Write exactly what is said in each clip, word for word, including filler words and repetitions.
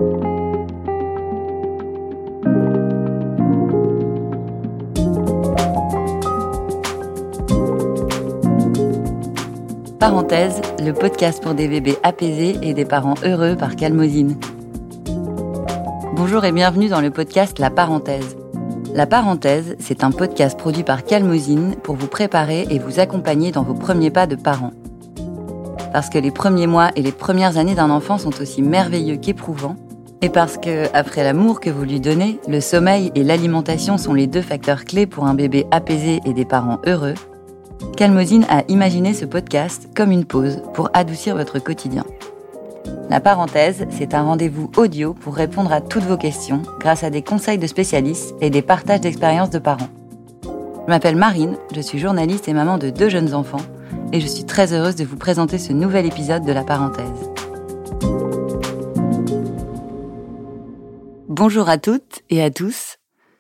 Parenthèse, le podcast pour des bébés apaisés et des parents heureux par Calmosine. Bonjour et bienvenue dans le podcast La Parenthèse. La Parenthèse, c'est un podcast produit par Calmosine pour vous préparer et vous accompagner dans vos premiers pas de parents. Parce que les premiers mois et les premières années d'un enfant sont aussi merveilleux qu'éprouvants, et parce que, après l'amour que vous lui donnez, le sommeil et l'alimentation sont les deux facteurs clés pour un bébé apaisé et des parents heureux, Calmosine a imaginé ce podcast comme une pause pour adoucir votre quotidien. La Parenthèse, c'est un rendez-vous audio pour répondre à toutes vos questions grâce à des conseils de spécialistes et des partages d'expériences de parents. Je m'appelle Marine, je suis journaliste et maman de deux jeunes enfants et je suis très heureuse de vous présenter ce nouvel épisode de La Parenthèse. Bonjour à toutes et à tous.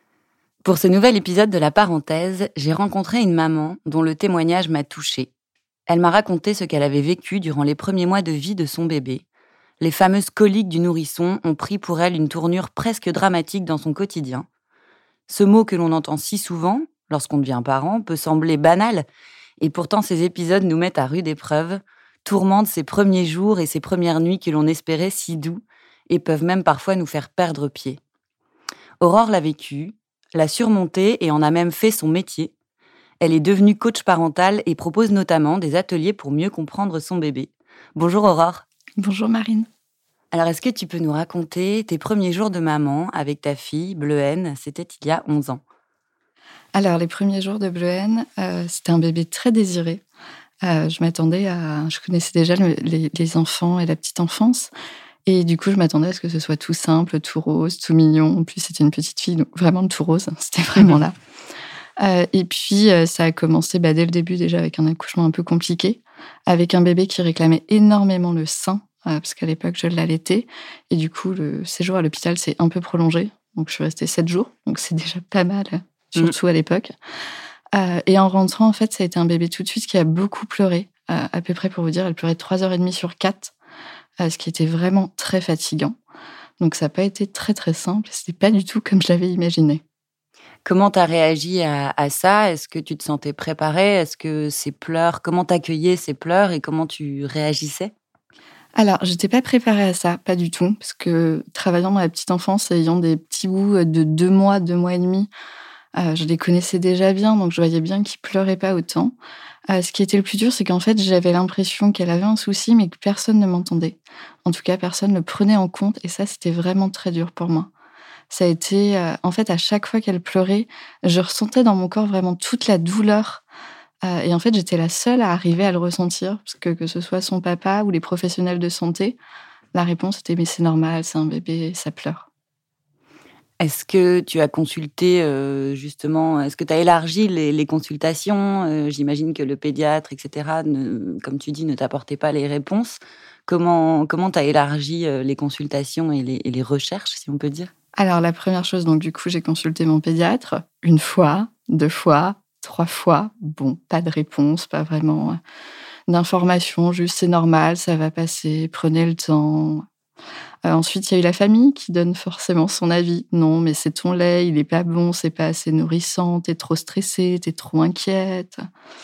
Pour ce nouvel épisode de La Parenthèse, j'ai rencontré une maman dont le témoignage m'a touchée. Elle m'a raconté ce qu'elle avait vécu durant les premiers mois de vie de son bébé. Les fameuses coliques du nourrisson ont pris pour elle une tournure presque dramatique dans son quotidien. Ce mot que l'on entend si souvent, lorsqu'on devient parent, peut sembler banal, et pourtant ces épisodes nous mettent à rude épreuve, tourmentent ces premiers jours et ces premières nuits que l'on espérait si doux, et peuvent même parfois nous faire perdre pied. Aurore l'a vécu, l'a surmontée et en a même fait son métier. Elle est devenue coach parentale et propose notamment des ateliers pour mieux comprendre son bébé. Bonjour Aurore. Bonjour Marine. Alors, est-ce que tu peux nous raconter tes premiers jours de maman avec ta fille, Bleuène? C'était il y a onze ans. Alors, les premiers jours de Bleuène, euh, c'était un bébé très désiré. Euh, je m'attendais à... Je connaissais déjà le, les, les enfants et la petite enfance. Et du coup, je m'attendais à ce que ce soit tout simple, tout rose, tout mignon. En plus, c'était une petite fille, donc vraiment tout rose. C'était vraiment là. Euh, et puis, euh, ça a commencé bah, dès le début déjà avec un accouchement un peu compliqué, avec un bébé qui réclamait énormément le sein, euh, parce qu'à l'époque, je l'allaitais. Et du coup, le séjour à l'hôpital s'est un peu prolongé. Donc, je suis restée sept jours. Donc, c'est déjà pas mal, surtout mmh. à l'époque. Euh, et en rentrant, en fait, ça a été un bébé tout de suite qui a beaucoup pleuré. Euh, à peu près, pour vous dire, elle pleurait trois heures trente sur quatre. Euh, ce qui était vraiment très fatigant. Donc, ça n'a pas été très, très simple. C'était pas du tout comme je l'avais imaginé. Comment tu as réagi à, à ça? Est-ce que tu te sentais préparée? Est-ce que ces pleurs, comment t'accueillais ces pleurs et comment tu réagissais? Alors, je n'étais pas préparée à ça, pas du tout. Parce que travaillant dans la petite enfance, ayant des petits bouts de deux mois, deux mois et demi, euh, je les connaissais déjà bien, donc je voyais bien qu'ils ne pleuraient pas autant. Euh, ce qui était le plus dur, c'est qu'en fait, j'avais l'impression qu'elle avait un souci, mais que personne ne m'entendait. En tout cas, personne ne le prenait en compte, et ça, c'était vraiment très dur pour moi. Ça a été, euh, en fait, à chaque fois qu'elle pleurait, je ressentais dans mon corps vraiment toute la douleur. Euh, et en fait, j'étais la seule à arriver à le ressentir, parce que que ce soit son papa ou les professionnels de santé, la réponse était « mais c'est normal, c'est un bébé, ça pleure ». Est-ce que tu as consulté, euh, justement, est-ce que tu as élargi les, les consultations? euh, J'imagine que le pédiatre, et cetera, ne, comme tu dis, ne t'apportait pas les réponses. Comment comment tu as élargi euh, les consultations et les, et les recherches, si on peut dire? Alors, la première chose, donc du coup, j'ai consulté mon pédiatre une fois, deux fois, trois fois. Bon, pas de réponse, pas vraiment d'informations, juste c'est normal, ça va passer, prenez le temps. Euh, ensuite, il y a eu la famille qui donne forcément son avis. Non, mais c'est ton lait, il est pas bon, c'est pas assez nourrissant, t'es trop stressée, t'es trop inquiète.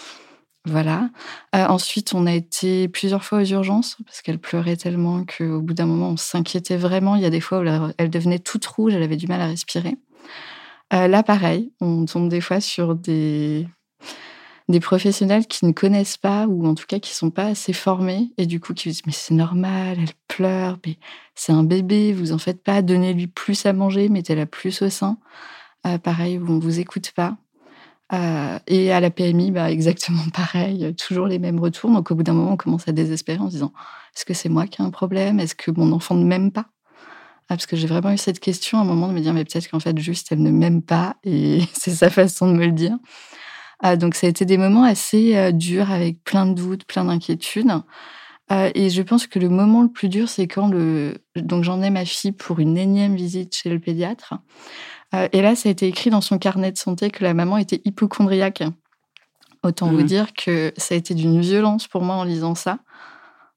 Voilà. Euh, ensuite, on a été plusieurs fois aux urgences parce qu'elle pleurait tellement qu'au bout d'un moment, on s'inquiétait vraiment. Il y a des fois où elle devenait toute rouge, elle avait du mal à respirer. Euh, là, pareil, on tombe des fois sur des... des professionnels qui ne connaissent pas ou en tout cas qui ne sont pas assez formés et du coup qui disent « mais c'est normal, elle pleure, mais c'est un bébé, vous en faites pas, donnez-lui plus à manger, mettez-la plus au sein. Euh, » Pareil, on ne vous écoute pas. Euh, et à la P M I, bah, exactement pareil, toujours les mêmes retours. Donc au bout d'un moment, on commence à désespérer en se disant « est-ce que c'est moi qui ai un problème? Est-ce que mon enfant ne m'aime pas ?» Ah, parce que j'ai vraiment eu cette question à un moment de me dire « mais peut-être qu'en fait, juste, elle ne m'aime pas et c'est sa façon de me le dire. » Ah, donc ça a été des moments assez euh, durs avec plein de doutes, plein d'inquiétudes. Euh, et je pense que le moment le plus dur, c'est quand le... donc j'emmenais ma fille pour une énième visite chez le pédiatre. Euh, et là, ça a été écrit dans son carnet de santé que la maman était hypocondriaque. Autant mmh. vous dire que ça a été d'une violence pour moi en lisant ça.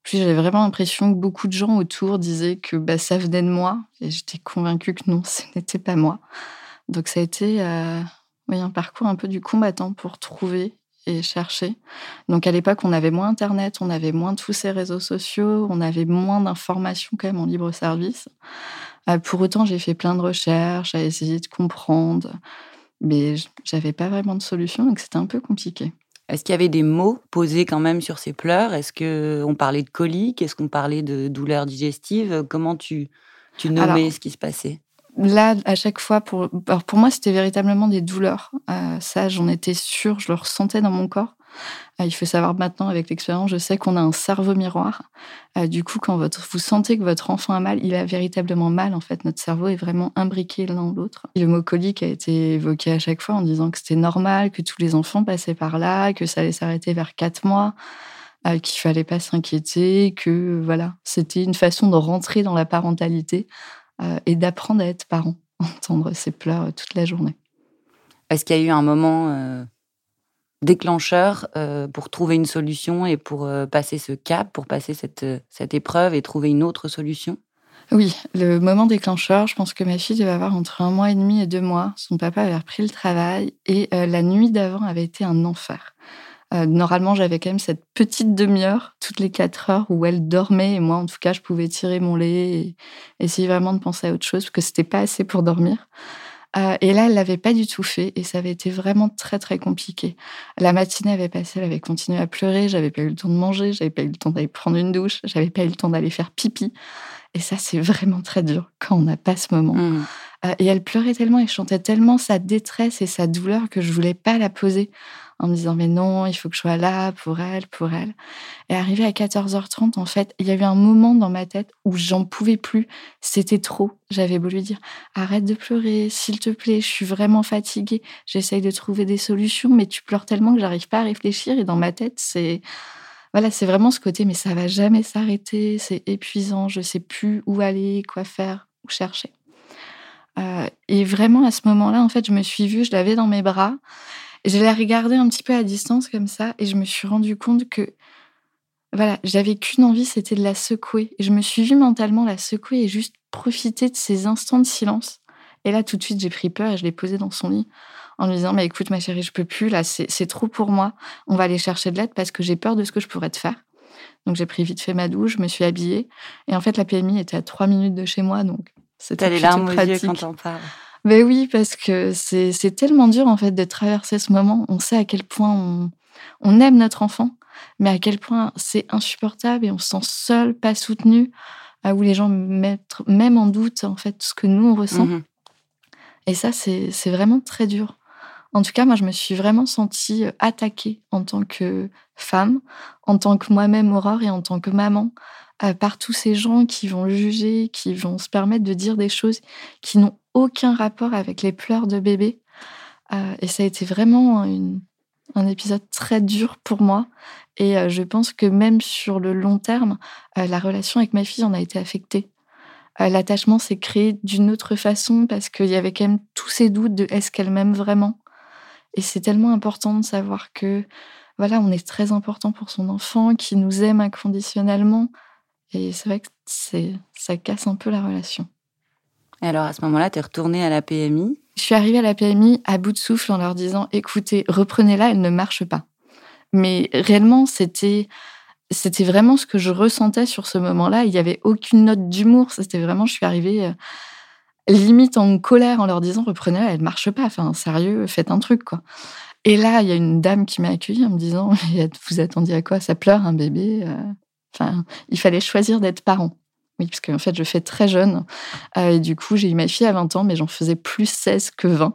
Puis j'avais vraiment l'impression que beaucoup de gens autour disaient que bah, ça venait de moi. Et j'étais convaincue que non, ce n'était pas moi. Donc ça a été euh, oui, un parcours un peu du combattant pour trouver et chercher. Donc à l'époque, on avait moins Internet, on avait moins tous ces réseaux sociaux, on avait moins d'informations quand même en libre service. Euh, pour autant, j'ai fait plein de recherches, à essayer de comprendre, mais j'avais pas vraiment de solution, donc c'était un peu compliqué. Est-ce qu'il y avait des mots posés quand même sur ces pleurs? Est-ce qu'on parlait de coliques? Est-ce qu'on parlait de douleurs digestives? Comment tu, tu Alors nommais ce qui se passait? là, à chaque fois, pour, alors pour moi, c'était véritablement des douleurs. Euh, ça, j'en étais sûre, je le ressentais dans mon corps. Euh, il faut savoir maintenant, avec l'expérience, je sais qu'on a un cerveau miroir. Euh, du coup, quand votre, vous sentez que votre enfant a mal, il a véritablement mal. En fait, notre cerveau est vraiment imbriqué l'un ou l'autre. Et le mot colique a été évoqué à chaque fois en disant que c'était normal, que tous les enfants passaient par là, que ça allait s'arrêter vers quatre mois, euh, qu'il fallait pas s'inquiéter, que voilà, c'était une façon de rentrer dans la parentalité euh, et d'apprendre à être parent, entendre ces pleurs euh, toute la journée. Est-ce qu'il y a eu un moment euh, déclencheur euh, pour trouver une solution et pour euh, passer ce cap, pour passer cette, euh, cette épreuve et trouver une autre solution? Oui, le moment déclencheur, je pense que ma fille devait avoir entre un mois et demi et deux mois. Son papa avait repris le travail et euh, la nuit d'avant avait été un enfer. Euh, normalement, j'avais quand même cette petite demi-heure, toutes les quatre heures, où elle dormait. Et moi, en tout cas, je pouvais tirer mon lait et essayer vraiment de penser à autre chose, parce que c'était pas assez pour dormir. Euh, et là, elle l'avait pas du tout fait. Et ça avait été vraiment très, très compliqué. La matinée avait passé, elle avait continué à pleurer. J'avais pas eu le temps de manger. J'avais pas eu le temps d'aller prendre une douche. J'avais pas eu le temps d'aller faire pipi. Et ça, c'est vraiment très dur quand on n'a pas ce moment. Mmh. Euh, et elle pleurait tellement et chantait tellement sa détresse et sa douleur que je voulais pas la poser en me disant « mais non, il faut que je sois là pour elle, pour elle ». Et arrivé à quatorze heures trente, en fait, il y a eu un moment dans ma tête où j'en pouvais plus. C'était trop. J'avais beau lui dire « arrête de pleurer, s'il te plaît, je suis vraiment fatiguée. J'essaye de trouver des solutions, mais tu pleures tellement que j'arrive pas à réfléchir. » Et dans ma tête, c'est... Voilà, c'est vraiment ce côté « mais ça va jamais s'arrêter, c'est épuisant, je sais plus où aller, quoi faire, où chercher ». Euh, et vraiment, à ce moment-là, en fait, je me suis vue, je l'avais dans mes bras, et je l'ai regardée un petit peu à distance comme ça, et je me suis rendu compte que, voilà, j'avais qu'une envie, c'était de la secouer. Et je me suis vue mentalement la secouer et juste profiter de ces instants de silence. Et là, tout de suite, j'ai pris peur et je l'ai posée dans son lit en lui disant « mais écoute, ma chérie, je peux plus, là, c'est, c'est trop pour moi. On va aller chercher de l'aide parce que j'ai peur de ce que je pourrais te faire. » Donc, j'ai pris vite fait ma douche, je me suis habillée. Et en fait, la P M I était à trois minutes de chez moi, donc c'était T'as les plutôt larmes aux yeux pratique. quand t'en parles. Ben oui, parce que c'est, c'est tellement dur, en fait, de traverser ce moment. On sait à quel point on, on aime notre enfant, mais à quel point c'est insupportable et on se sent seul, pas soutenu, à où les gens mettent même en doute, en fait, ce que nous, on ressent. Mmh. Et ça, c'est, c'est vraiment très dur. En tout cas, moi, je me suis vraiment sentie attaquée en tant que femme, en tant que moi-même Aurore et en tant que maman, euh, par tous ces gens qui vont juger, qui vont se permettre de dire des choses qui n'ont aucun rapport avec les pleurs de bébé. Euh, et ça a été vraiment une, un épisode très dur pour moi. Et euh, je pense que même sur le long terme, euh, la relation avec ma fille en a été affectée. Euh, l'attachement s'est créé d'une autre façon parce qu'il y avait quand même tous ces doutes de est-ce qu'elle m'aime vraiment. Et c'est tellement important de savoir que, voilà, on est très important pour son enfant, qui nous aime inconditionnellement. Et c'est vrai que c'est, ça casse un peu la relation. Et alors, à ce moment-là, t'es retournée à la P M I. Je suis arrivée à la P M I à bout de souffle en leur disant « écoutez, reprenez-la, elle ne marche pas ». Mais réellement, c'était, c'était vraiment ce que je ressentais sur ce moment-là. Il n'y avait aucune note d'humour. C'était vraiment, je suis arrivée euh, limite en colère en leur disant « reprenez-la, elle ne marche pas. Enfin, sérieux, faites un truc, quoi ». Et là, il y a une dame qui m'a accueillie en me disant « vous attendiez à quoi? Ça pleure, un bébé ?» Enfin, il fallait choisir d'être parent. Oui, parce qu'en fait, je fais très jeune. Euh, et du coup, j'ai eu ma fille à vingt ans, mais j'en faisais plus seize que vingt.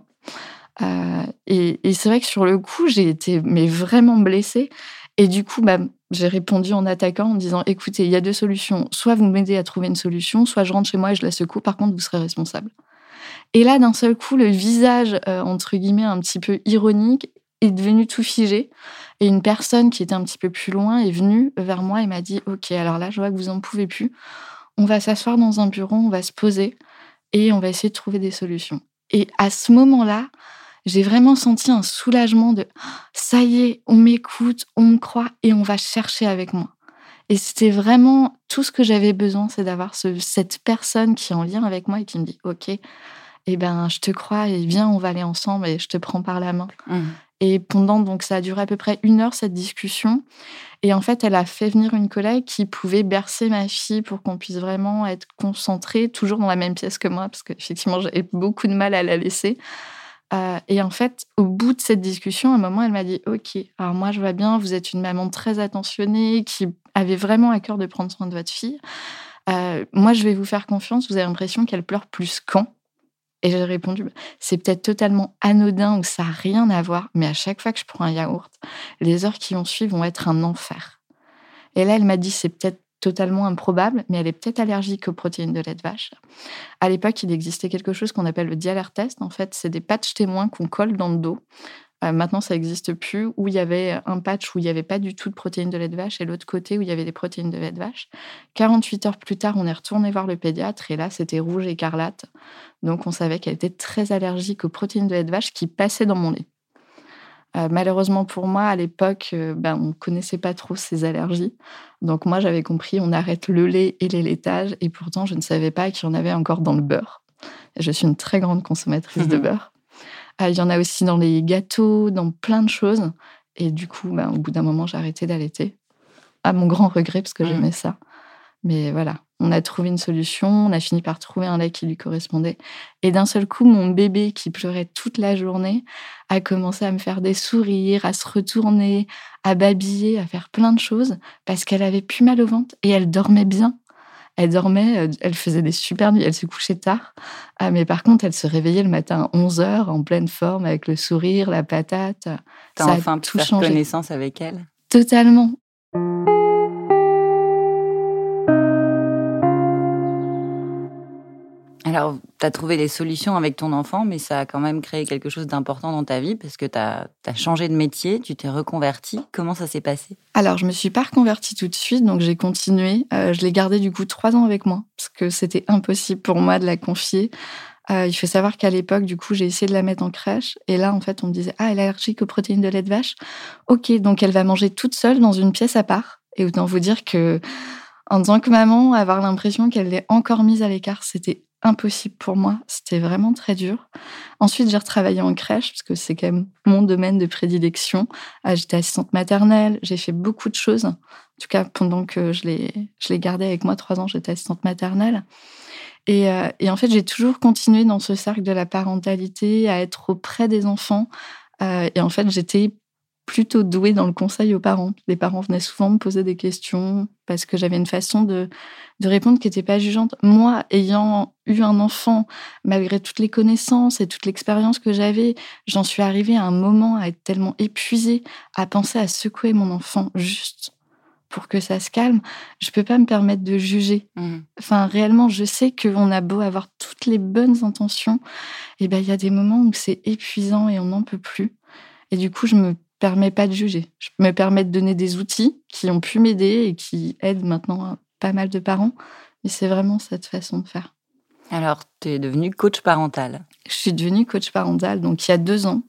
Euh, et, et c'est vrai que sur le coup, j'ai été mais vraiment blessée. Et du coup, bah, j'ai répondu en attaquant, en disant « écoutez, il y a deux solutions. Soit vous m'aidez à trouver une solution, soit je rentre chez moi et je la secoue. Par contre, vous serez responsable. » Et là, d'un seul coup, le visage, euh, entre guillemets, un petit peu ironique, est devenu tout figé. Et une personne qui était un petit peu plus loin est venue vers moi et m'a dit « ok, alors là, je vois que vous n'en pouvez plus. On va s'asseoir dans un bureau, on va se poser et on va essayer de trouver des solutions. » Et à ce moment-là, j'ai vraiment senti un soulagement de « ça y est, on m'écoute, on me croit et on va chercher avec moi. » Et c'était vraiment tout ce que j'avais besoin, c'est d'avoir ce, cette personne qui est en lien avec moi et qui me dit « Ok, eh ben, je te crois et viens, on va aller ensemble et je te prends par la main. Mmh. » Et pendant, donc ça a duré à peu près une heure, cette discussion. Et en fait, elle a fait venir une collègue qui pouvait bercer ma fille pour qu'on puisse vraiment être concentrés, toujours dans la même pièce que moi, parce qu'effectivement, j'avais beaucoup de mal à la laisser. Euh, et en fait, au bout de cette discussion, à un moment, elle m'a dit « Ok, alors moi, je vois bien, vous êtes une maman très attentionnée, qui avait vraiment à cœur de prendre soin de votre fille. Euh, moi, je vais vous faire confiance, vous avez l'impression qu'elle pleure plus quand ?» Et j'ai répondu « C'est peut-être totalement anodin ou ça n'a rien à voir, mais à chaque fois que je prends un yaourt, les heures qui vont suivre vont être un enfer. » Et là, elle m'a dit « C'est peut-être totalement improbable, mais elle est peut-être allergique aux protéines de lait de vache. » À l'époque, il existait quelque chose qu'on appelle le dialer test. En fait, c'est des patchs témoins qu'on colle dans le dos. Euh, maintenant, ça n'existe plus, où il y avait un patch où il n'y avait pas du tout de protéines de lait de vache et l'autre côté où il y avait des protéines de lait de vache. quarante-huit heures plus tard, on est retourné voir le pédiatre et là, c'était rouge écarlate. Donc, on savait qu'elle était très allergique aux protéines de lait de vache qui passaient dans mon lait. Euh, malheureusement pour moi, à l'époque, euh, ben, on ne connaissait pas trop ces allergies. Donc, moi, j'avais compris, on arrête le lait et les laitages. Et pourtant, je ne savais pas qu'il y en avait encore dans le beurre. Je suis une très grande consommatrice mmh. de beurre. Il y en a aussi dans les gâteaux, dans plein de choses. Et du coup, ben, au bout d'un moment, j'ai arrêté d'allaiter. À mon grand regret, parce que mmh. j'aimais ça. Mais voilà, on a trouvé une solution. On a fini par trouver un lait qui lui correspondait. Et d'un seul coup, mon bébé, qui pleurait toute la journée, a commencé à me faire des sourires, à se retourner, à babiller, à faire plein de choses, parce qu'elle avait plus mal au ventre et elle dormait bien. Elle dormait, elle faisait des super nuits, elle se couchait tard. Ah, mais par contre, elle se réveillait le matin à onze heures, en pleine forme, avec le sourire, la patate. T'as ça enfin pu faire changé. Connaissance avec elle ? Totalement. Alors, t'as trouvé des solutions avec ton enfant, mais ça a quand même créé quelque chose d'important dans ta vie parce que t'as, t'as changé de métier, tu t'es reconvertie. Comment ça s'est passé ? Alors, je ne me suis pas reconvertie tout de suite, donc j'ai continué. Euh, je l'ai gardée du coup trois ans avec moi parce que c'était impossible pour moi de la confier. Euh, il faut savoir qu'à l'époque, du coup, j'ai essayé de la mettre en crèche. Et là, en fait, on me disait « Ah, elle est allergique aux protéines de lait de vache. Ok, donc elle va manger toute seule dans une pièce à part. » Et autant vous dire que, en tant que maman, avoir l'impression qu'elle l'ait encore mise à l'écart, c'était impossible pour moi. C'était vraiment très dur. Ensuite, j'ai retravaillé en crèche parce que c'est quand même mon domaine de prédilection. J'étais assistante maternelle. J'ai fait beaucoup de choses. En tout cas, pendant que je l'ai, je l'ai gardée avec moi trois ans, j'étais assistante maternelle. Et, euh, et en fait, j'ai toujours continué dans ce cercle de la parentalité, à être auprès des enfants. Euh, et en fait, j'étais plutôt douée dans le conseil aux parents. Les parents venaient souvent me poser des questions parce que j'avais une façon de, de répondre qui n'était pas jugeante. Moi, ayant eu un enfant, malgré toutes les connaissances et toute l'expérience que j'avais, j'en suis arrivée à un moment à être tellement épuisée, à penser à secouer mon enfant juste pour que ça se calme. Je ne peux pas me permettre de juger. Mmh. Enfin, réellement, je sais qu'on a beau avoir toutes les bonnes intentions, et ben, il y a des moments où c'est épuisant et on n'en peut plus. Et du coup, je me permets pas de juger. Je me permets de donner des outils qui ont pu m'aider et qui aident maintenant pas mal de parents. Mais c'est vraiment cette façon de faire. Alors, tu es devenue coach parental. Je suis devenue coach parental, donc il y a deux ans.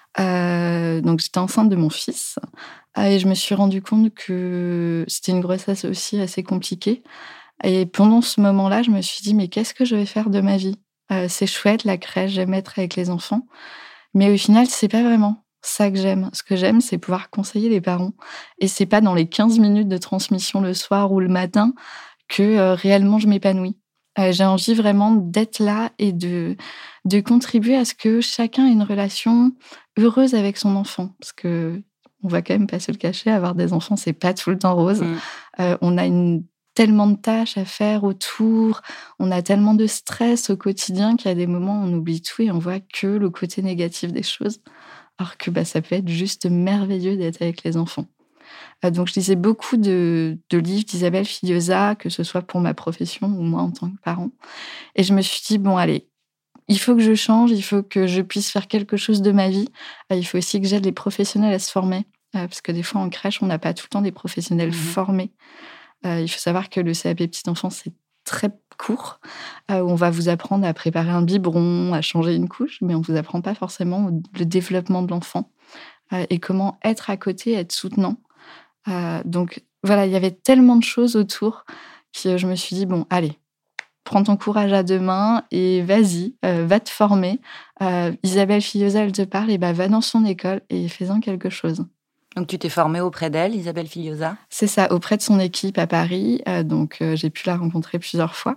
Euh, donc j'étais enceinte de mon fils et je me suis rendu compte que c'était une grossesse aussi assez compliquée. Et pendant ce moment-là, je me suis dit, mais qu'est-ce que je vais faire de ma vie ? euh, C'est chouette, la crèche, j'aime être avec les enfants. Mais au final, c'est pas vraiment ça que j'aime. Ce que j'aime, c'est pouvoir conseiller les parents. Et c'est pas dans les quinze minutes de transmission le soir ou le matin que euh, réellement je m'épanouis. Euh, j'ai envie vraiment d'être là et de, de contribuer à ce que chacun ait une relation heureuse avec son enfant. Parce que on va quand même pas se le cacher, avoir des enfants, c'est pas tout le temps rose. Mmh. Euh, on a une, tellement de tâches à faire autour, on a tellement de stress au quotidien qu'il y a des moments où on oublie tout et on voit que le côté négatif des choses. Alors que bah, ça peut être juste merveilleux d'être avec les enfants. Euh, donc, je lisais beaucoup de, de livres d'Isabelle Filiosa, que ce soit pour ma profession ou moi en tant que parent. Et je me suis dit, bon, allez, il faut que je change, il faut que je puisse faire quelque chose de ma vie. Euh, il faut aussi que j'aide les professionnels à se former. Euh, parce que des fois, en crèche, on n'a pas tout le temps des professionnels mmh. formés. Euh, il faut savoir que le C A P Petite Enfance, c'est très court, euh, où on va vous apprendre à préparer un biberon, à changer une couche, mais on ne vous apprend pas forcément le développement de l'enfant euh, et comment être à côté, être soutenant. Euh, donc, voilà, il y avait tellement de choses autour que je me suis dit, bon, allez, prends ton courage à deux mains et vas-y, euh, va te former. Euh, Isabelle Fillosa, elle te parle, et bah, va dans son école et fais-en quelque chose. Donc, tu t'es formée auprès d'elle, Isabelle Fillosa ? C'est ça, auprès de son équipe à Paris. Euh, donc, euh, j'ai pu la rencontrer plusieurs fois.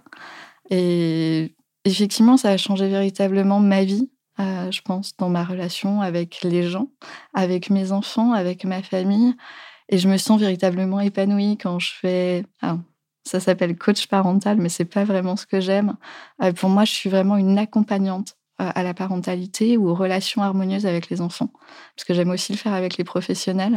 Et effectivement, ça a changé véritablement ma vie, euh, je pense, dans ma relation avec les gens, avec mes enfants, avec ma famille. Et je me sens véritablement épanouie quand je fais... Ah, ça s'appelle coach parental, mais c'est pas vraiment ce que j'aime. Euh, pour moi, je suis vraiment une accompagnante euh, à la parentalité ou aux relations harmonieuses avec les enfants, parce que j'aime aussi le faire avec les professionnels.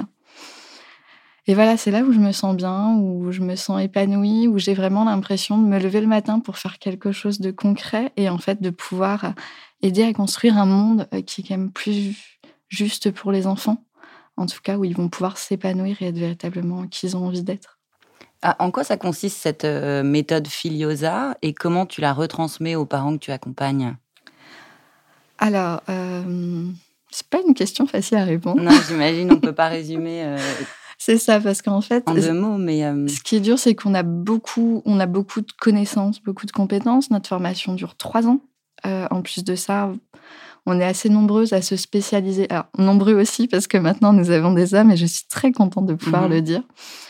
Et voilà, c'est là où je me sens bien, où je me sens épanouie, où j'ai vraiment l'impression de me lever le matin pour faire quelque chose de concret et en fait de pouvoir aider à construire un monde qui est quand même plus juste pour les enfants, en tout cas où ils vont pouvoir s'épanouir et être véritablement qui ils ont envie d'être. Ah, en quoi ça consiste cette euh, méthode Filiosa et comment tu la retransmets aux parents que tu accompagnes ? Alors, euh, c'est pas une question facile à répondre. Non, j'imagine, on peut pas résumer euh, C'est ça, parce qu'en fait, en deux mots, mais... Euh... ce qui est dur, c'est qu'on a beaucoup, on a beaucoup de connaissances, beaucoup de compétences. Notre formation dure trois ans. Euh, en plus de ça, on est assez nombreuses à se spécialiser. Alors, nombreux aussi, parce que maintenant, nous avons des hommes, et je suis très contente de pouvoir mmh. le dire.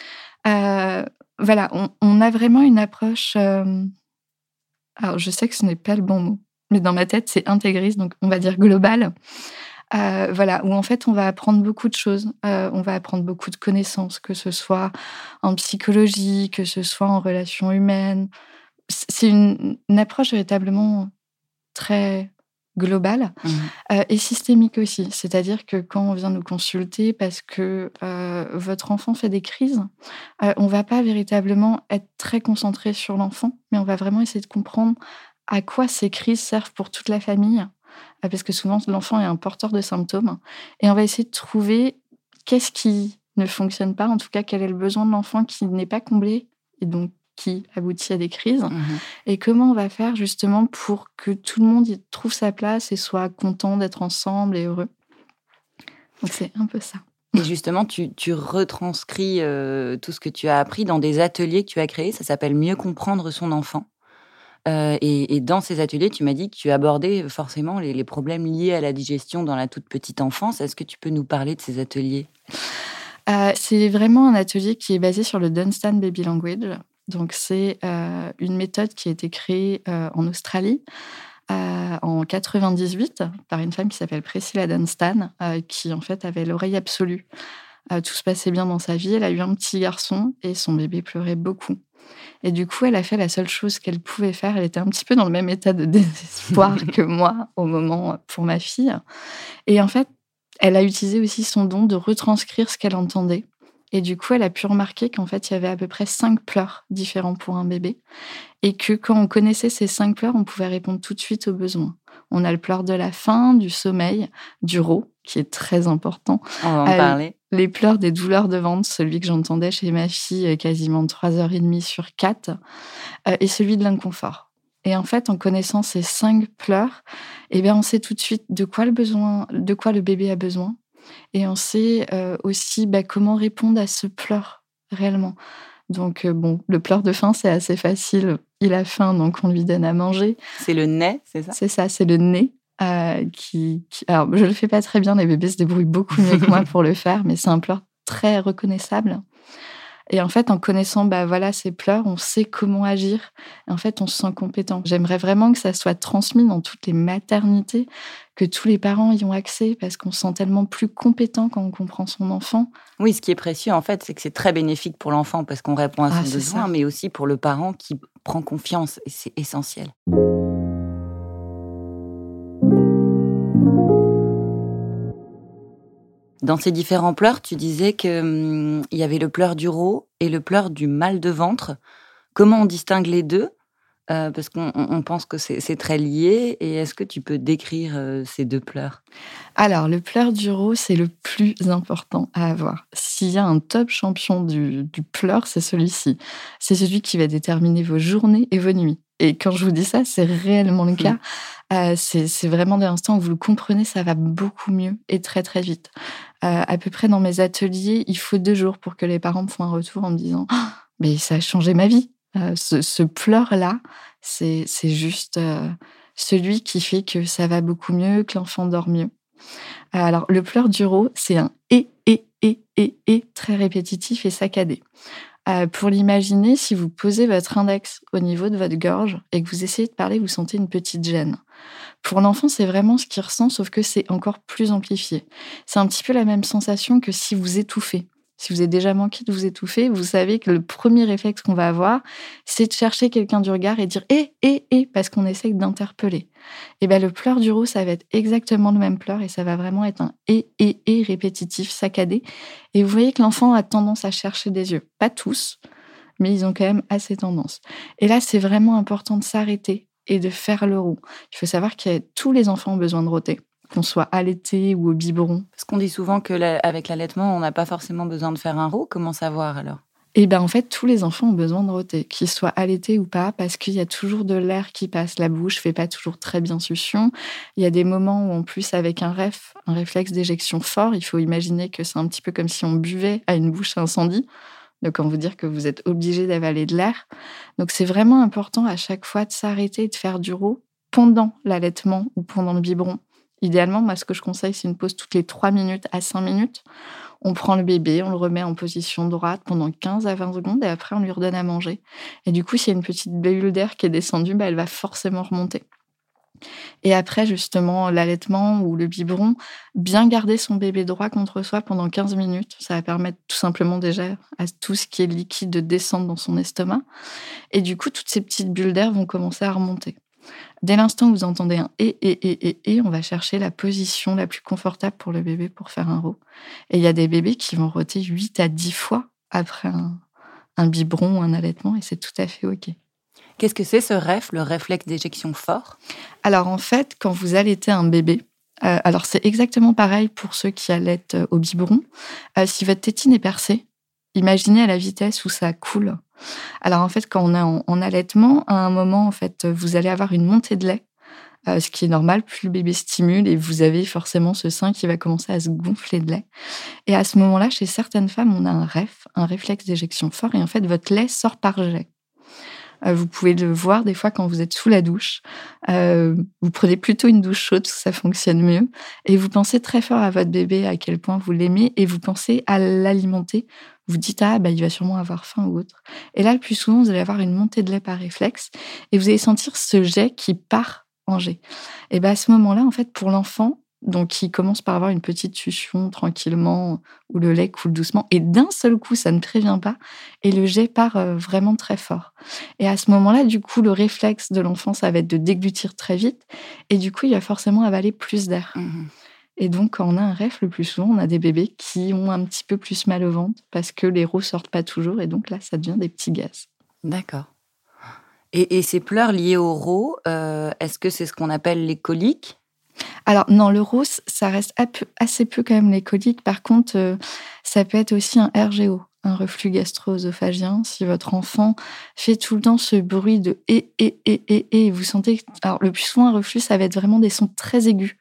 Euh, voilà, on, on a vraiment une approche... Euh... Alors, je sais que ce n'est pas le bon mot, mais dans ma tête, c'est intégriste, donc on va dire global. Euh, voilà, où en fait, on va apprendre beaucoup de choses. Euh, on va apprendre beaucoup de connaissances, que ce soit en psychologie, que ce soit en relations humaines. C'est une, une approche véritablement très globale mmh. euh, et systémique aussi. C'est-à-dire que quand on vient nous consulter parce que euh, votre enfant fait des crises, euh, on ne va pas véritablement être très concentré sur l'enfant, mais on va vraiment essayer de comprendre à quoi ces crises servent pour toute la famille. Parce que souvent, l'enfant est un porteur de symptômes. Et on va essayer de trouver qu'est-ce qui ne fonctionne pas, en tout cas, quel est le besoin de l'enfant qui n'est pas comblé, et donc qui aboutit à des crises. Mmh. Et comment on va faire, justement, pour que tout le monde y trouve sa place et soit content d'être ensemble et heureux. Donc, c'est un peu ça. Et justement, tu, tu retranscris euh, tout ce que tu as appris dans des ateliers que tu as créés. Ça s'appelle « Mieux comprendre son enfant ». Euh, et, et dans ces ateliers, tu m'as dit que tu abordais forcément les, les problèmes liés à la digestion dans la toute petite enfance. Est-ce que tu peux nous parler de ces ateliers ? euh, C'est vraiment un atelier qui est basé sur le Dunstan Baby Language. Donc, c'est euh, une méthode qui a été créée euh, en Australie euh, en quatre-vingt-dix-huit par une femme qui s'appelle Priscilla Dunstan, euh, qui en fait avait l'oreille absolue. Euh, tout se passait bien dans sa vie. Elle a eu un petit garçon et son bébé pleurait beaucoup. Et du coup, elle a fait la seule chose qu'elle pouvait faire. Elle était un petit peu dans le même état de désespoir que moi au moment pour ma fille. Et en fait, elle a utilisé aussi son don de retranscrire ce qu'elle entendait. Et du coup, elle a pu remarquer qu'en fait, il y avait à peu près cinq pleurs différents pour un bébé. Et que quand on connaissait ces cinq pleurs, on pouvait répondre tout de suite aux besoins. On a le pleur de la faim, du sommeil, du rot, qui est très important. On va en euh, parler. Les pleurs des douleurs de ventre, celui que j'entendais chez ma fille quasiment trois heures trente sur quatre, euh, et celui de l'inconfort. Et en fait, en connaissant ces cinq pleurs, eh bien, on sait tout de suite de quoi le, besoin, de quoi le bébé a besoin. Et on sait euh, aussi bah, comment répondre à ce pleur réellement. Donc, euh, bon, le pleur de faim, c'est assez facile. Il a faim, donc on lui donne à manger. C'est le nez, c'est ça ? C'est ça, c'est le nez. Euh, qui, qui... Alors, je ne le fais pas très bien, les bébés se débrouillent beaucoup mieux que moi pour le faire, mais c'est un pleur très reconnaissable. Et en fait, en connaissant bah, voilà, ces pleurs, on sait comment agir. Et en fait, on se sent compétent. J'aimerais vraiment que ça soit transmis dans toutes les maternités, que tous les parents y ont accès, parce qu'on se sent tellement plus compétent quand on comprend son enfant. Oui, ce qui est précieux, en fait, c'est que c'est très bénéfique pour l'enfant, parce qu'on répond à son ah, besoin, mais aussi pour le parent qui prend confiance, et c'est essentiel. Dans ces différents pleurs, tu disais qu'il hum, y avait le pleur du rot et le pleur du mal de ventre. Comment on distingue les deux ? euh, Parce qu'on on pense que c'est, c'est très lié. Et est-ce que tu peux décrire euh, ces deux pleurs ? Alors, le pleur du rot, c'est le plus important à avoir. S'il y a un top champion du, du pleur, c'est celui-ci. C'est celui qui va déterminer vos journées et vos nuits. Et quand je vous dis ça, c'est réellement le cas. Mmh. Euh, c'est, c'est vraiment dès l'instant où vous le comprenez, ça va beaucoup mieux et très très vite. Euh, à peu près dans mes ateliers, il faut deux jours pour que les parents me font un retour en me disant oh, « mais ça a changé ma vie ». Euh, ce, ce pleur-là, c'est, c'est juste euh, celui qui fait que ça va beaucoup mieux, que l'enfant dort mieux. Euh, alors, le pleur du rot, c'est un « et, et, et, et, et » très répétitif et saccadé. Euh, pour l'imaginer, si vous posez votre index au niveau de votre gorge et que vous essayez de parler, vous sentez une petite gêne. Pour l'enfant, c'est vraiment ce qu'il ressent, sauf que c'est encore plus amplifié. C'est un petit peu la même sensation que si vous étouffez. Si vous avez déjà manqué de vous étouffer, vous savez que le premier réflexe qu'on va avoir, c'est de chercher quelqu'un du regard et dire « eh, eh, eh » parce qu'on essaye d'interpeller. Et bien, le pleur du rot, ça va être exactement le même pleur et ça va vraiment être un « eh, eh, eh » répétitif, saccadé. Et vous voyez que l'enfant a tendance à chercher des yeux. Pas tous, mais ils ont quand même assez tendance. Et là, c'est vraiment important de s'arrêter et de faire le rot. Il faut savoir que tous les enfants ont besoin de roter, qu'on soit allaité ou au biberon. Parce qu'on dit souvent qu'avec l'allaitement, on n'a pas forcément besoin de faire un rot. Comment savoir alors ? Eh bien, en fait, tous les enfants ont besoin de roter, qu'ils soient allaités ou pas, parce qu'il y a toujours de l'air qui passe. La bouche ne fait pas toujours très bien succion. Il y a des moments où, en plus, avec un ref, un réflexe d'éjection fort, il faut imaginer que c'est un petit peu comme si on buvait à une bouche incendie. Donc, on veut dire que vous êtes obligé d'avaler de l'air. Donc, c'est vraiment important à chaque fois de s'arrêter et de faire du rot pendant l'allaitement ou pendant le biberon. Idéalement, moi, ce que je conseille, c'est une pause toutes les trois minutes à cinq minutes. On prend le bébé, on le remet en position droite pendant quinze à vingt secondes et après, on lui redonne à manger. Et du coup, s'il y a une petite bulle d'air qui est descendue, bah, elle va forcément remonter. Et après, justement, l'allaitement ou le biberon, bien garder son bébé droit contre soi pendant quinze minutes. Ça va permettre tout simplement déjà à tout ce qui est liquide de descendre dans son estomac. Et du coup, toutes ces petites bulles d'air vont commencer à remonter. Dès l'instant où vous entendez un « et, et, et, et, et », on va chercher la position la plus confortable pour le bébé pour faire un rot. Et il y a des bébés qui vont roter huit à dix fois après un, un biberon ou un allaitement et c'est tout à fait OK. Qu'est-ce que c'est ce ref, le réflexe d'éjection fort ? Alors en fait, quand vous allaitez un bébé, euh, alors c'est exactement pareil pour ceux qui allaitent au biberon. Euh, si votre tétine est percée, imaginez à la vitesse où ça coule. Alors en fait, quand on est en, en allaitement, à un moment, en fait, vous allez avoir une montée de lait, euh, ce qui est normal, plus le bébé stimule et vous avez forcément ce sein qui va commencer à se gonfler de lait. Et à ce moment-là, chez certaines femmes, on a un ref, un réflexe d'éjection fort et en fait, votre lait sort par jet. Euh, vous pouvez le voir des fois quand vous êtes sous la douche. Euh, vous prenez plutôt une douche chaude, ça fonctionne mieux. Et vous pensez très fort à votre bébé, à quel point vous l'aimez, et vous pensez à l'alimenter. Vous dites, ah, bah, il va sûrement avoir faim ou autre. Et là, le plus souvent, vous allez avoir une montée de lait par réflexe, et vous allez sentir ce jet qui part en jet. Et bah, à ce moment-là, en fait, pour l'enfant, donc il commence par avoir une petite succion tranquillement, où le lait coule doucement, et d'un seul coup, ça ne prévient pas, et le jet part euh, vraiment très fort. Et à ce moment-là, du coup, le réflexe de l'enfant, ça va être de déglutir très vite, et du coup, il va forcément avaler plus d'air. Mmh. Et donc, quand on a un ref, le plus souvent, on a des bébés qui ont un petit peu plus mal au ventre, parce que les rots sortent pas toujours, et donc là, ça devient des petits gaz. D'accord. Et, et ces pleurs liées au rot, euh, est-ce que c'est ce qu'on appelle les coliques ? Alors non, le rot, ça reste assez peu quand même les coliques. Par contre, euh, ça peut être aussi un R G O, un reflux gastro-œsophagien. Si votre enfant fait tout le temps ce bruit de « et, et, et, et, et », vous sentez... Alors le plus souvent, un reflux, ça va être vraiment des sons très aigus.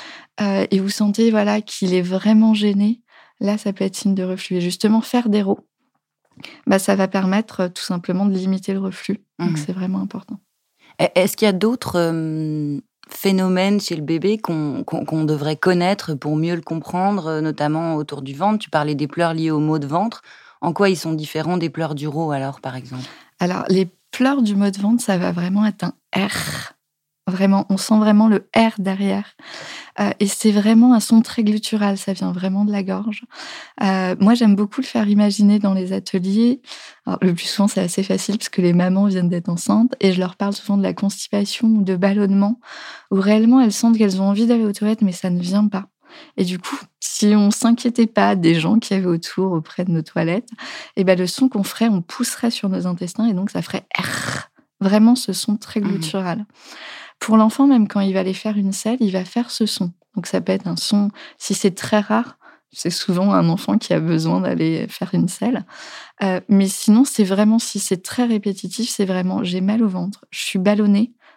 Euh, et vous sentez voilà, qu'il est vraiment gêné. Là, ça peut être signe de reflux. Et justement, faire des rots, bah, ça va permettre tout simplement de limiter le reflux. Donc, mmh. c'est vraiment important. Est-ce qu'il y a d'autres... Euh... phénomènes chez le bébé qu'on, qu'on, qu'on devrait connaître pour mieux le comprendre, notamment autour du ventre. Tu parlais des pleurs liés aux maux de ventre. En quoi ils sont différents des pleurs du rot, alors, par exemple ? Alors, les pleurs du maux de ventre, ça va vraiment être un R. Vraiment, on sent vraiment le R derrière. Euh, et c'est vraiment un son très gluttural, ça vient vraiment de la gorge. Euh, moi, j'aime beaucoup le faire imaginer dans les ateliers. Alors, le plus souvent, c'est assez facile parce que les mamans viennent d'être enceintes et je leur parle souvent de la constipation ou de ballonnement, où réellement, elles sentent qu'elles ont envie d'aller aux toilettes, mais ça ne vient pas. Et du coup, si on ne s'inquiétait pas des gens qui avaient autour auprès de nos toilettes, et ben, le son qu'on ferait, on pousserait sur nos intestins et donc ça ferait R. Vraiment ce son très gluttural. Mmh. Pour l'enfant, même quand il va aller faire une selle, il va faire ce son. Donc ça peut être un son, si c'est très rare, c'est souvent un enfant qui a besoin d'aller faire une selle. Euh, mais sinon, c'est vraiment, si c'est très répétitif, c'est vraiment j'ai mal au ventre, je suis ballonnée,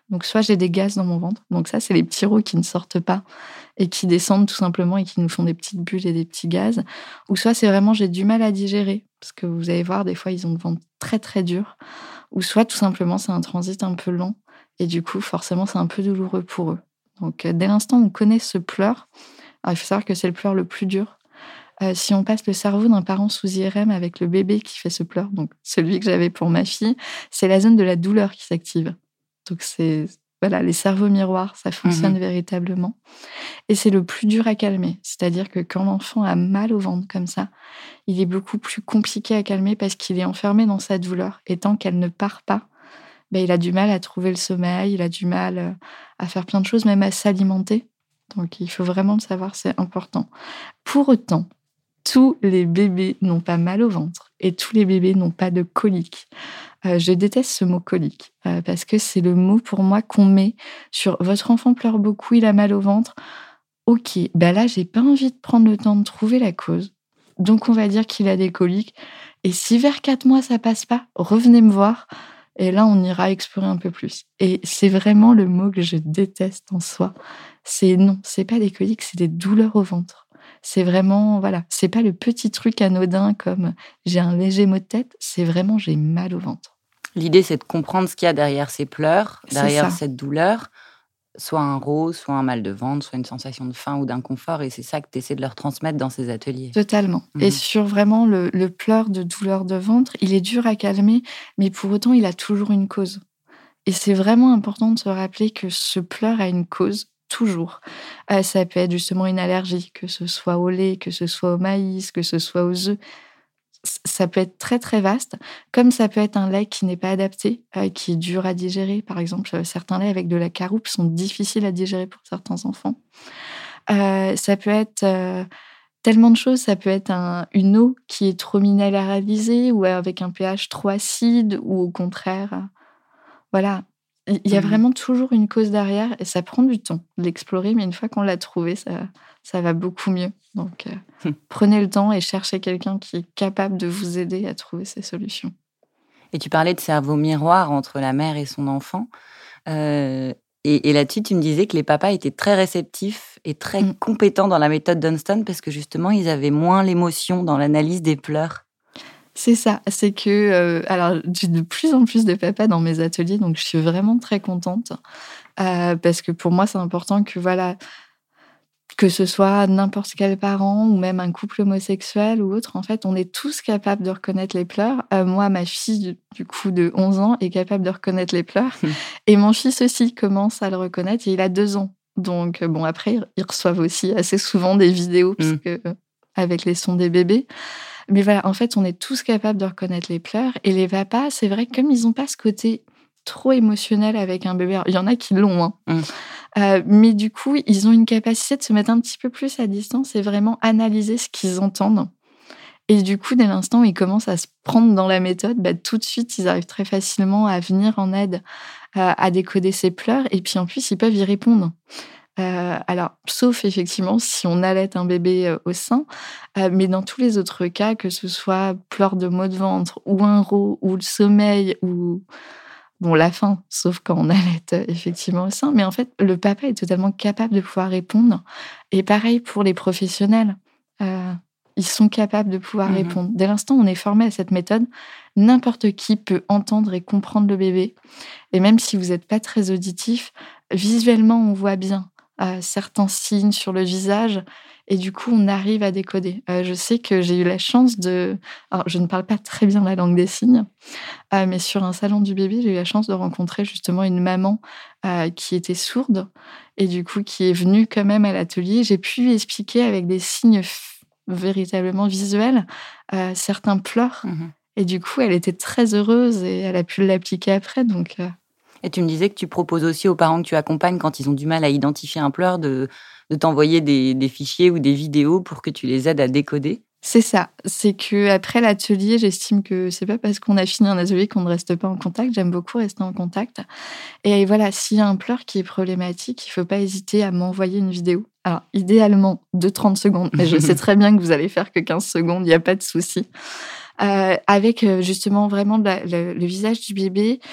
Donc, soit j'ai des gaz dans mon ventre. Donc, ça, c'est les petits rots qui ne sortent pas et qui descendent tout simplement et qui nous font des petites bulles et des petits gaz. Ou soit c'est vraiment j'ai du mal à digérer. Parce que vous allez voir, des fois, ils ont le ventre très, très dur. Ou soit, tout simplement, c'est un transit un peu lent. Et du coup, forcément, c'est un peu douloureux pour eux. Donc, dès l'instant où on connaît ce pleur, alors, il faut savoir que c'est le pleur le plus dur. Euh, si on passe le cerveau d'un parent sous I R M avec le bébé qui fait ce pleur, donc celui que j'avais pour ma fille, c'est la zone de la douleur qui s'active. Donc, c'est voilà, les cerveaux miroirs, ça fonctionne mmh. véritablement. Et c'est le plus dur à calmer. C'est-à-dire que quand l'enfant a mal au ventre comme ça, il est beaucoup plus compliqué à calmer parce qu'il est enfermé dans sa douleur. Et tant qu'elle ne part pas, ben, il a du mal à trouver le sommeil, il a du mal à faire plein de choses, même à s'alimenter. Donc, il faut vraiment le savoir, c'est important. Pour autant, tous les bébés n'ont pas mal au ventre et tous les bébés n'ont pas de colique. Euh, je déteste ce mot colique euh, parce que c'est le mot pour moi qu'on met sur votre enfant pleure beaucoup, il a mal au ventre. Ok, ben là, j'ai pas envie de prendre le temps de trouver la cause. Donc, on va dire qu'il a des coliques. Et si vers quatre mois, ça passe pas, revenez me voir. Et là, on ira explorer un peu plus. Et c'est vraiment le mot que je déteste en soi. C'est non, c'est pas des coliques, c'est des douleurs au ventre. C'est vraiment, voilà, c'est pas le petit truc anodin comme j'ai un léger maux de tête, c'est vraiment j'ai mal au ventre. L'idée, c'est de comprendre ce qu'il y a derrière ces pleurs, derrière cette douleur, soit un rot, soit un mal de ventre, soit une sensation de faim ou d'inconfort, et c'est ça que tu essaies de leur transmettre dans ces ateliers. Totalement. Mmh. Et sur vraiment le, le pleur de douleur de ventre, il est dur à calmer, mais pour autant, il a toujours une cause. Et c'est vraiment important de se rappeler que ce pleur a une cause. Toujours. Euh, ça peut être justement une allergie, que ce soit au lait, que ce soit au maïs, que ce soit aux œufs. Ça peut être très, très vaste. Comme ça peut être un lait qui n'est pas adapté, euh, qui est dur à digérer. Par exemple, certains laits avec de la caroupe sont difficiles à digérer pour certains enfants. Euh, ça peut être euh, tellement de choses. Ça peut être un, une eau qui est trop minéralisée ou avec un pH trop acide ou au contraire. Euh, voilà. Il y a vraiment toujours une cause derrière et ça prend du temps de l'explorer, mais une fois qu'on l'a trouvé, ça, ça va beaucoup mieux. Donc, euh, prenez le temps et cherchez quelqu'un qui est capable de vous aider à trouver ces solutions. Et tu parlais de cerveau miroir entre la mère et son enfant. Euh, et, et là-dessus, tu me disais que les papas étaient très réceptifs et très mmh. compétents dans la méthode Dunston parce que justement, ils avaient moins l'émotion dans l'analyse des pleurs. C'est ça, c'est que euh, alors j'ai de plus en plus de papas dans mes ateliers, donc je suis vraiment très contente euh, parce que pour moi c'est important que voilà que ce soit n'importe quel parent ou même un couple homosexuel ou autre, en fait on est tous capables de reconnaître les pleurs. Euh, moi ma fille du coup de onze ans est capable de reconnaître les pleurs et mon fils aussi commence à le reconnaître et il a deux ans. Donc bon après ils reçoivent aussi assez souvent des vidéos parce que euh, avec les sons des bébés. Mais voilà, en fait, on est tous capables de reconnaître les pleurs. Et les papas, c'est vrai que comme ils n'ont pas ce côté trop émotionnel avec un bébé, il y en a qui l'ont, hein. Mmh. Euh, mais du coup, ils ont une capacité de se mettre un petit peu plus à distance et vraiment analyser ce qu'ils entendent. Et du coup, dès l'instant où ils commencent à se prendre dans la méthode, bah, tout de suite, ils arrivent très facilement à venir en aide, euh, à décoder ces pleurs. Et puis en plus, ils peuvent y répondre. Euh, alors, sauf effectivement si on allaite un bébé euh, au sein, euh, mais dans tous les autres cas, que ce soit pleurs de maux de ventre ou un rot ou le sommeil ou bon la faim, sauf quand on allaite euh, effectivement au sein, mais en fait le papa est totalement capable de pouvoir répondre. Et pareil pour les professionnels, euh, ils sont capables de pouvoir mmh. répondre. Dès l'instant où on est formé à cette méthode, n'importe qui peut entendre et comprendre le bébé. Et même si vous n'êtes pas très auditif, visuellement on voit bien. Euh, certains signes sur le visage et du coup on arrive à décoder. Euh, je sais que j'ai eu la chance de... Alors je ne parle pas très bien la langue des signes, euh, mais sur un salon du bébé, j'ai eu la chance de rencontrer justement une maman euh, qui était sourde et du coup qui est venue quand même à l'atelier. J'ai pu lui expliquer avec des signes f- véritablement visuels euh, certains pleurs mmh. et du coup elle était très heureuse et elle a pu l'appliquer après donc... Euh... Et tu me disais que tu proposes aussi aux parents que tu accompagnes quand ils ont du mal à identifier un pleur de, de t'envoyer des, des fichiers ou des vidéos pour que tu les aides à décoder. C'est ça. C'est qu'après l'atelier, j'estime que c'est pas parce qu'on a fini un atelier qu'on ne reste pas en contact. J'aime beaucoup rester en contact. Et voilà, s'il y a un pleur qui est problématique, il faut pas hésiter à m'envoyer une vidéo. Alors, idéalement, de trente secondes. Mais je sais très bien que vous allez faire que quinze secondes, il n'y a pas de souci. Euh, avec justement vraiment la, le, le visage du bébé.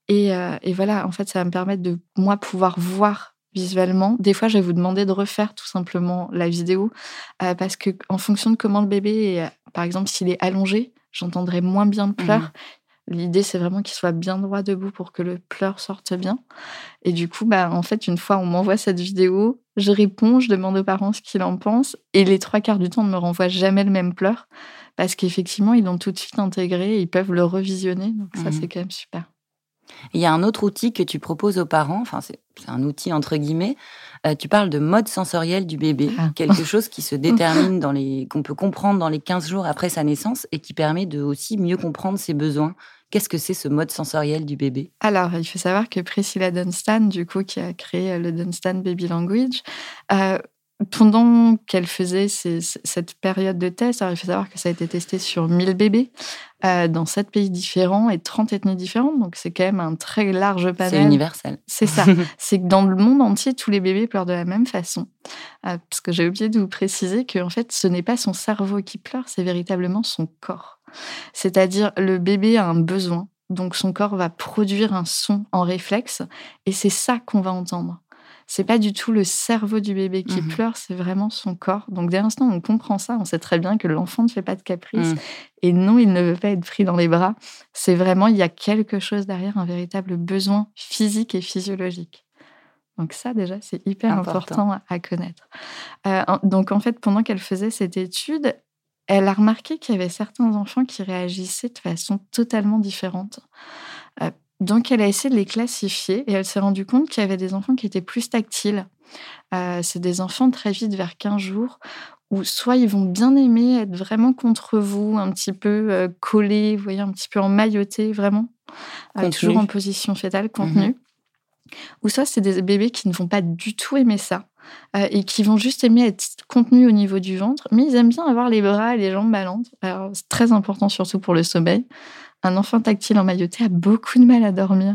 Et, euh, et voilà, en fait, ça va me permettre de, moi, pouvoir voir visuellement. Des fois, je vais vous demander de refaire tout simplement la vidéo euh, parce que en fonction de comment le bébé est, euh, par exemple, s'il est allongé, j'entendrai moins bien le pleur. Mmh. L'idée, c'est vraiment qu'il soit bien droit debout pour que le pleur sorte bien. Et du coup, bah, en fait, une fois, on m'envoie cette vidéo, je réponds, je demande aux parents ce qu'ils en pensent. Et les trois quarts du temps, on ne me renvoie jamais le même pleur parce qu'effectivement, ils l'ont tout de suite intégré et ils peuvent le revisionner. Donc ça, mmh. c'est quand même super. Il y a un autre outil que tu proposes aux parents, enfin c'est, c'est un outil entre guillemets, euh, tu parles de mode sensoriel du bébé, ah. quelque chose qui se détermine, dans les, qu'on peut comprendre dans les quinze jours après sa naissance et qui permet de aussi mieux comprendre ses besoins. Qu'est-ce que c'est ce mode sensoriel du bébé ? Alors, il faut savoir que Priscilla Dunstan, du coup, qui a créé le Dunstan Baby Language, euh, pendant qu'elle faisait ces, cette période de test, alors il faut savoir que ça a été testé sur mille bébés euh, dans sept pays différents et trente ethnies différentes, donc c'est quand même un très large panel. C'est universel. C'est ça. C'est que dans le monde entier, tous les bébés pleurent de la même façon. Euh, parce que j'ai oublié de vous préciser que en fait, ce n'est pas son cerveau qui pleure, c'est véritablement son corps. C'est-à-dire, le bébé a un besoin, donc son corps va produire un son en réflexe, et c'est ça qu'on va entendre. C'est pas du tout le cerveau du bébé qui mmh. pleure, c'est vraiment son corps. Donc, dès l'instant où on comprend ça, on sait très bien que l'enfant ne fait pas de caprice. Mmh. Et non, il ne veut pas être pris dans les bras. C'est vraiment, il y a quelque chose derrière, un véritable besoin physique et physiologique. Donc ça, déjà, c'est hyper important, important à connaître. Euh, donc, en fait, pendant qu'elle faisait cette étude, elle a remarqué qu'il y avait certains enfants qui réagissaient de façon totalement différente. Euh, Donc, elle a essayé de les classifier et elle s'est rendue compte qu'il y avait des enfants qui étaient plus tactiles. Euh, c'est des enfants très vite, vers quinze jours, où soit ils vont bien aimer être vraiment contre vous, un petit peu euh, collés, vous voyez, un petit peu emmaillotés, vraiment, euh, toujours en position fétale, contenue. Mmh. Ou soit c'est des bébés qui ne vont pas du tout aimer ça. Euh, et qui vont juste aimer être contenus au niveau du ventre, mais ils aiment bien avoir les bras et les jambes ballantes. Alors, c'est très important, surtout pour le sommeil. Un enfant tactile emmailloté a beaucoup de mal à dormir.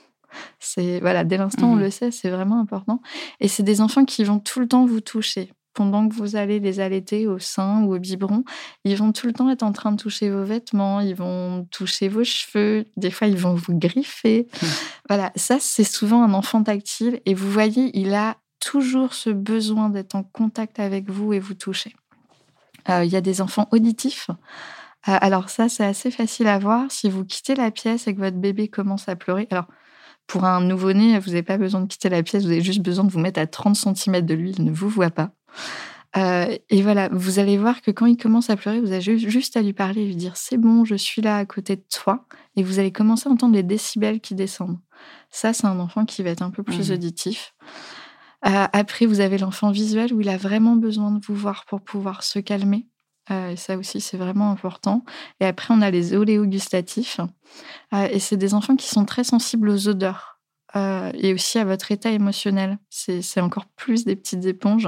C'est, voilà, dès l'instant, mmh. on le sait, c'est vraiment important. Et c'est des enfants qui vont tout le temps vous toucher. Pendant que vous allez les allaiter au sein ou au biberon, ils vont tout le temps être en train de toucher vos vêtements, ils vont toucher vos cheveux, des fois, ils vont vous griffer. Mmh. Voilà, ça, c'est souvent un enfant tactile. Et vous voyez, il a toujours ce besoin d'être en contact avec vous et vous toucher. Euh, il y a des enfants auditifs. Euh, alors ça, c'est assez facile à voir. Si vous quittez la pièce et que votre bébé commence à pleurer... Alors, pour un nouveau-né, vous n'avez pas besoin de quitter la pièce, vous avez juste besoin de vous mettre à trente centimètres de lui, il ne vous voit pas. Euh, et voilà, vous allez voir que quand il commence à pleurer, vous avez juste à lui parler et lui dire « c'est bon, je suis là à côté de toi ». Et vous allez commencer à entendre les décibels qui descendent. Ça, c'est un enfant qui va être un peu plus mmh. auditif. Euh, après, vous avez l'enfant visuel où il a vraiment besoin de vous voir pour pouvoir se calmer. Euh, et ça aussi, c'est vraiment important. Et après, on a les oléogustatifs. Euh, et c'est des enfants qui sont très sensibles aux odeurs euh, et aussi à votre état émotionnel. C'est, c'est encore plus des petites éponges.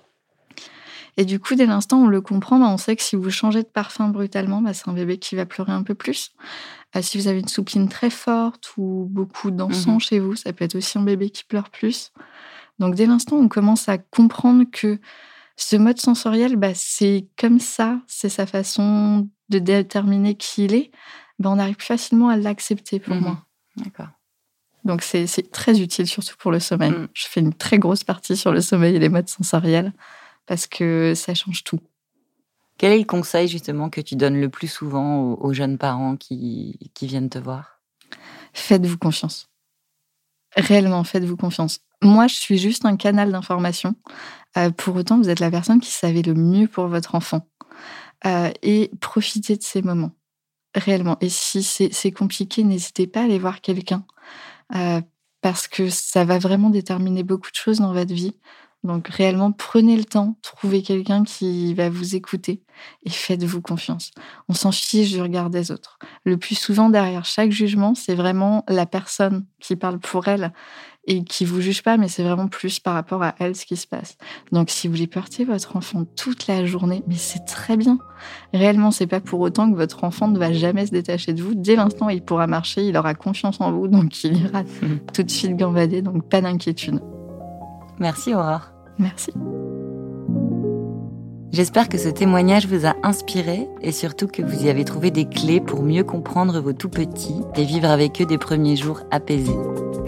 Et du coup, dès l'instant où on le comprend, bah, on sait que si vous changez de parfum brutalement, bah, c'est un bébé qui va pleurer un peu plus. Euh, si vous avez une soupline très forte ou beaucoup d'encens mmh. chez vous, ça peut être aussi un bébé qui pleure plus. Donc, dès l'instant où on commence à comprendre que ce mode sensoriel, bah, c'est comme ça, c'est sa façon de déterminer qui il est, bah, on arrive plus facilement à l'accepter pour mmh. moi. D'accord. Donc, c'est, c'est très utile, surtout pour le sommeil. Mmh. Je fais une très grosse partie sur le sommeil et les modes sensoriels parce que ça change tout. Quel est le conseil, justement, que tu donnes le plus souvent aux, aux jeunes parents qui, qui viennent te voir ? Faites-vous confiance. Réellement, faites-vous confiance. Moi, je suis juste un canal d'information. Euh, pour autant, vous êtes la personne qui savait le mieux pour votre enfant. Euh, et profitez de ces moments, réellement. Et si c'est, c'est compliqué, n'hésitez pas à aller voir quelqu'un. Euh, parce que ça va vraiment déterminer beaucoup de choses dans votre vie. Donc, réellement, prenez le temps, trouvez quelqu'un qui va vous écouter et faites-vous confiance. On s'en fiche du regard des autres. Le plus souvent, derrière chaque jugement, c'est vraiment la personne qui parle pour elle et qui vous juge pas, mais c'est vraiment plus par rapport à elle ce qui se passe. Donc, si vous voulez porter votre enfant toute la journée, mais c'est très bien. Réellement, c'est pas pour autant que votre enfant ne va jamais se détacher de vous. Dès l'instant où il pourra marcher, il aura confiance en vous, donc il ira tout de suite gambader, donc pas d'inquiétude. Merci Aurore. Merci. J'espère que ce témoignage vous a inspiré et surtout que vous y avez trouvé des clés pour mieux comprendre vos tout-petits et vivre avec eux des premiers jours apaisés.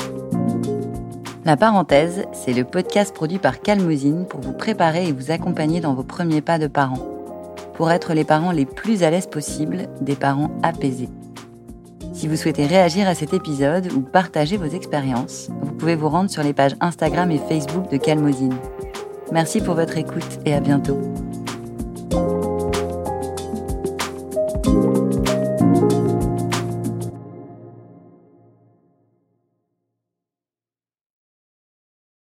La parenthèse, c'est le podcast produit par Calmosine pour vous préparer et vous accompagner dans vos premiers pas de parents. Pour être les parents les plus à l'aise possible, des parents apaisés. Si vous souhaitez réagir à cet épisode ou partager vos expériences, vous pouvez vous rendre sur les pages Instagram et Facebook de Calmosine. Merci pour votre écoute et à bientôt.